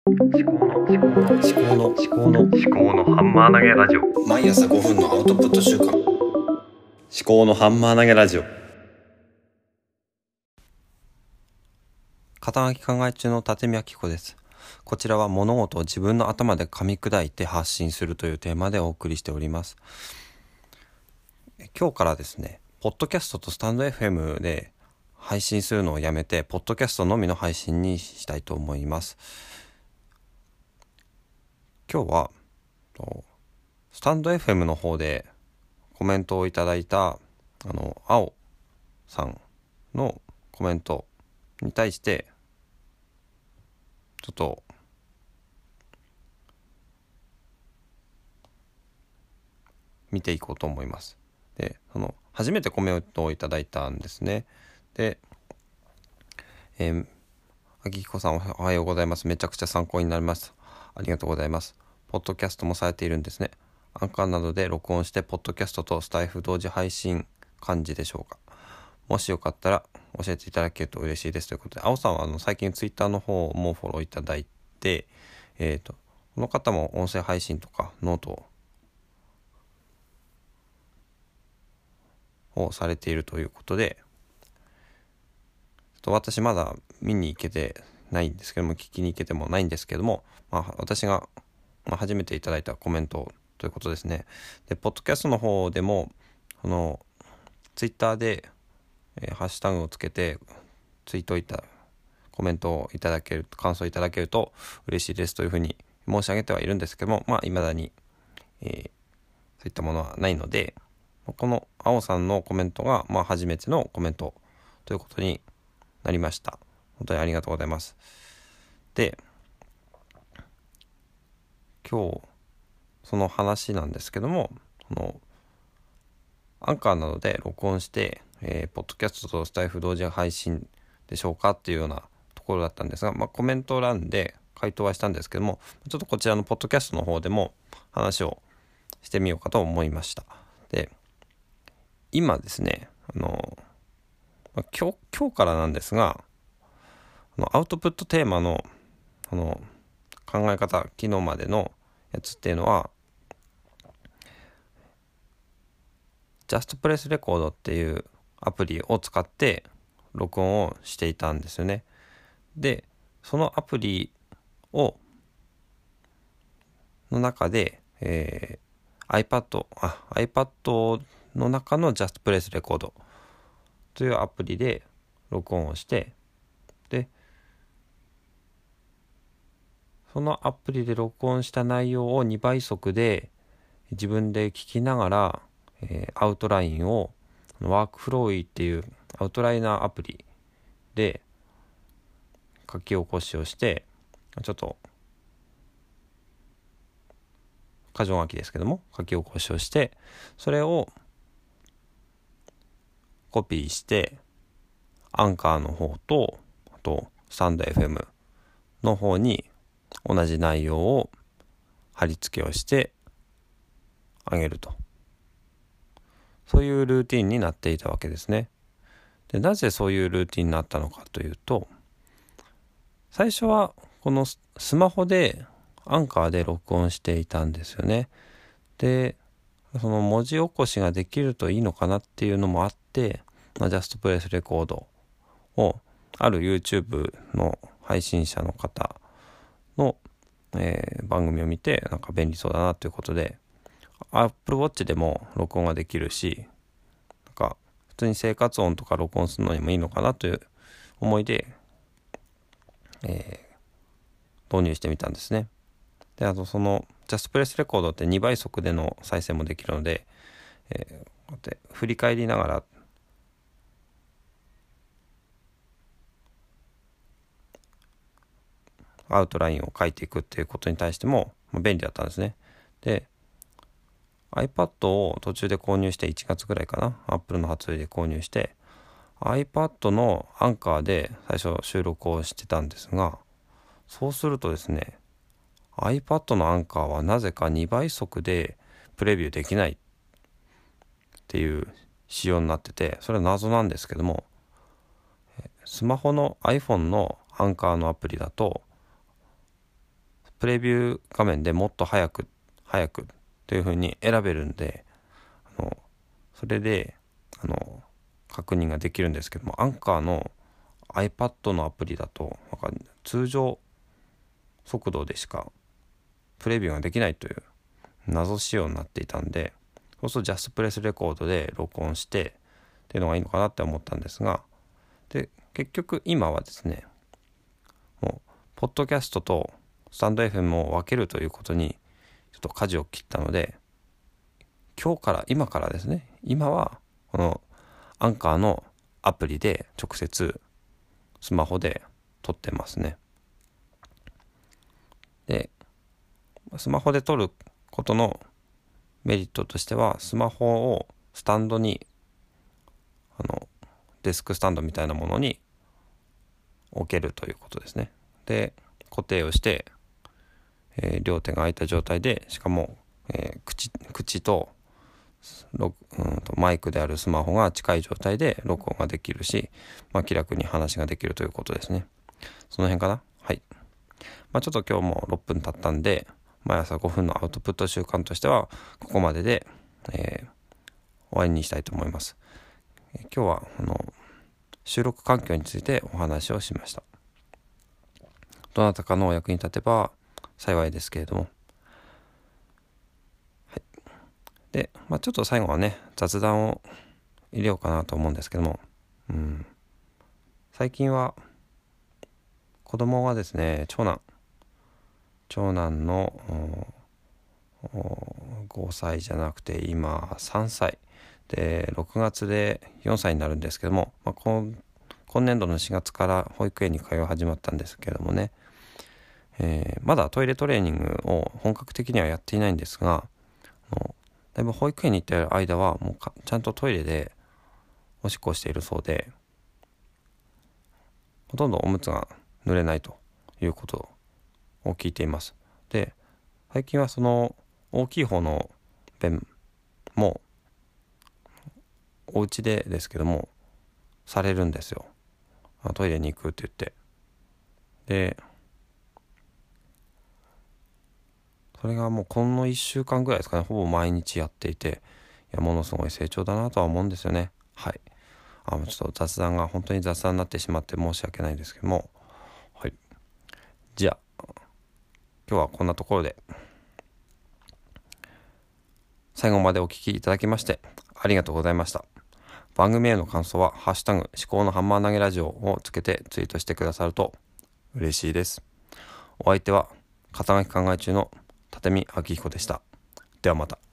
ハンマー投げラジオ。 毎朝5分のアウトプット週間。 思考のハンマー投げラジオ。肩書き考え中の立見明子です。こちらは物事を自分の頭で噛み砕いて発信するというテーマでお送りしております。今日からですね、ポッドキャストとスタンド FM で配信するのをやめて、ポッドキャストのみの配信にしたいと思います。今日はスタンド FM の方でコメントをいただいた青さんのコメントに対してちょっと見ていこうと思います。で、初めてコメントをいただいたんですね。で、秋彦さんおはようございます。めちゃくちゃ参考になります。ありがとうございます。ポッドキャストもされているんですね。アンカーなどで録音してポッドキャストとスタイフ同時配信感じでしょうか。もしよかったら教えていただけると嬉しいですということで、青さんは最近ツイッターの方もフォローいただいて、この方も音声配信とかノートをされているということで、私まだ見に行けてないんですけども、聞きに行けてもないんですけども、私が初めていただいたコメントということですね。で、ポッドキャストの方でもツイッターで、ハッシュタグをつけてツイートコメントをいただける、感想いただけると嬉しいですというふうに申し上げてはいるんですけども、未だに、そういったものはないので、この青さんのコメントが初めてのコメントということになりました。本当にありがとうございます。で、今日その話なんですけども、アンカーなどで録音して、ポッドキャストとスタイフ同時配信でしょうかっていうようなところだったんですが、コメント欄で回答はしたんですけども、ちょっとこちらのポッドキャストの方でも話をしてみようかと思いました。で、今ですね、今日からなんですが、アウトプットテーマの考え方、昨日までのやつっていうのはジャストプレスレコードっていうアプリを使って録音をしていたんですよね。で、そのアプリの中で、iPad の中のジャストプレスレコードというアプリで録音をして、でそのアプリで録音した内容を2倍速で自分で聞きながら、アウトラインをワークフローイっていうアウトライナーアプリで書き起こしをして、ちょっと箇条書きですけども書き起こしをして、それをコピーしてアンカーの方とあとスタンド FM の方に同じ内容を貼り付けをしてあげると、そういうルーティンになっていたわけですね。で、なぜそういうルーティンになったのかというと、最初はこのスマホでアンカーで録音していたんですよね。で、その文字起こしができるといいのかなっていうのもあって、ジャストプレスレコードをある YouTube の配信者の方の、番組を見て便利そうだなということで、Apple Watch でも録音ができるし、普通に生活音とか録音するのにもいいのかなという思いで、導入してみたんですね。で、そのジャストプレスレコードって2倍速での再生もできるので、こうやって振り返りながらアウトラインを書いていくっていうことに対しても便利だったんですね。で、iPad を途中で購入して1月ぐらいかな、Apple の発売で購入して iPad のアンカーで最初収録をしてたんですが、そうするとですね、 iPad のアンカーはなぜか2倍速でプレビューできないっていう仕様になってて、それは謎なんですけども、スマホの iPhone のアンカーのアプリだとプレビュー画面でもっと早くという風に選べるんで、それで確認ができるんですけども、アンカーの iPad のアプリだと通常速度でしかプレビューができないという謎仕様になっていたんで、そうするとジャストプレスレコードで録音してっていうのがいいのかなって思ったんですが、で結局今はですね、もうポッドキャストとスタンド FM を分けるということにちょっと舵を切ったので、今からですね、今はこのアンカーのアプリで直接スマホで撮ってますね。でスマホで撮ることのメリットとしては、スマホをスタンドにデスクスタンドみたいなものに置けるということですね。で固定をして、両手が空いた状態で、しかも、口とマイクであるスマホが近い状態で録音ができるし、気楽に話ができるということですね。その辺かな。はい。ちょっと今日も6分経ったんで、毎朝5分のアウトプット習慣としてはここまでで、終わりにしたいと思います。今日は収録環境についてお話をしました。どなたかのお役に立てば幸いですけれども、はい。で、ちょっと最後はね、雑談を入れようかなと思うんですけども、最近は子供がですね、長男の5歳じゃなくて今3歳で、6月で4歳になるんですけども、今年度の4月から保育園に通い始まったんですけどもね、まだトイレトレーニングを本格的にはやっていないんですが、だいぶ保育園に行っている間はもうちゃんとトイレでおしっこをしているそうで、ほとんどおむつが濡れないということを聞いています。で最近はその大きい方の便もお家でですけどもされるんですよ。トイレに行くって言って。でそれがもうこの1週間ぐらいですかね、ほぼ毎日やっていて、ものすごい成長だなとは思うんですよね。はい。ちょっと本当に雑談になってしまって申し訳ないですけども、はい。じゃあ今日はこんなところで、最後までお聞きいただきましてありがとうございました。番組への感想はハッシュタグ思考のハンマー投げラジオをつけてツイートしてくださると嬉しいです。お相手は肩書き考え中の立見明彦でした。ではまた。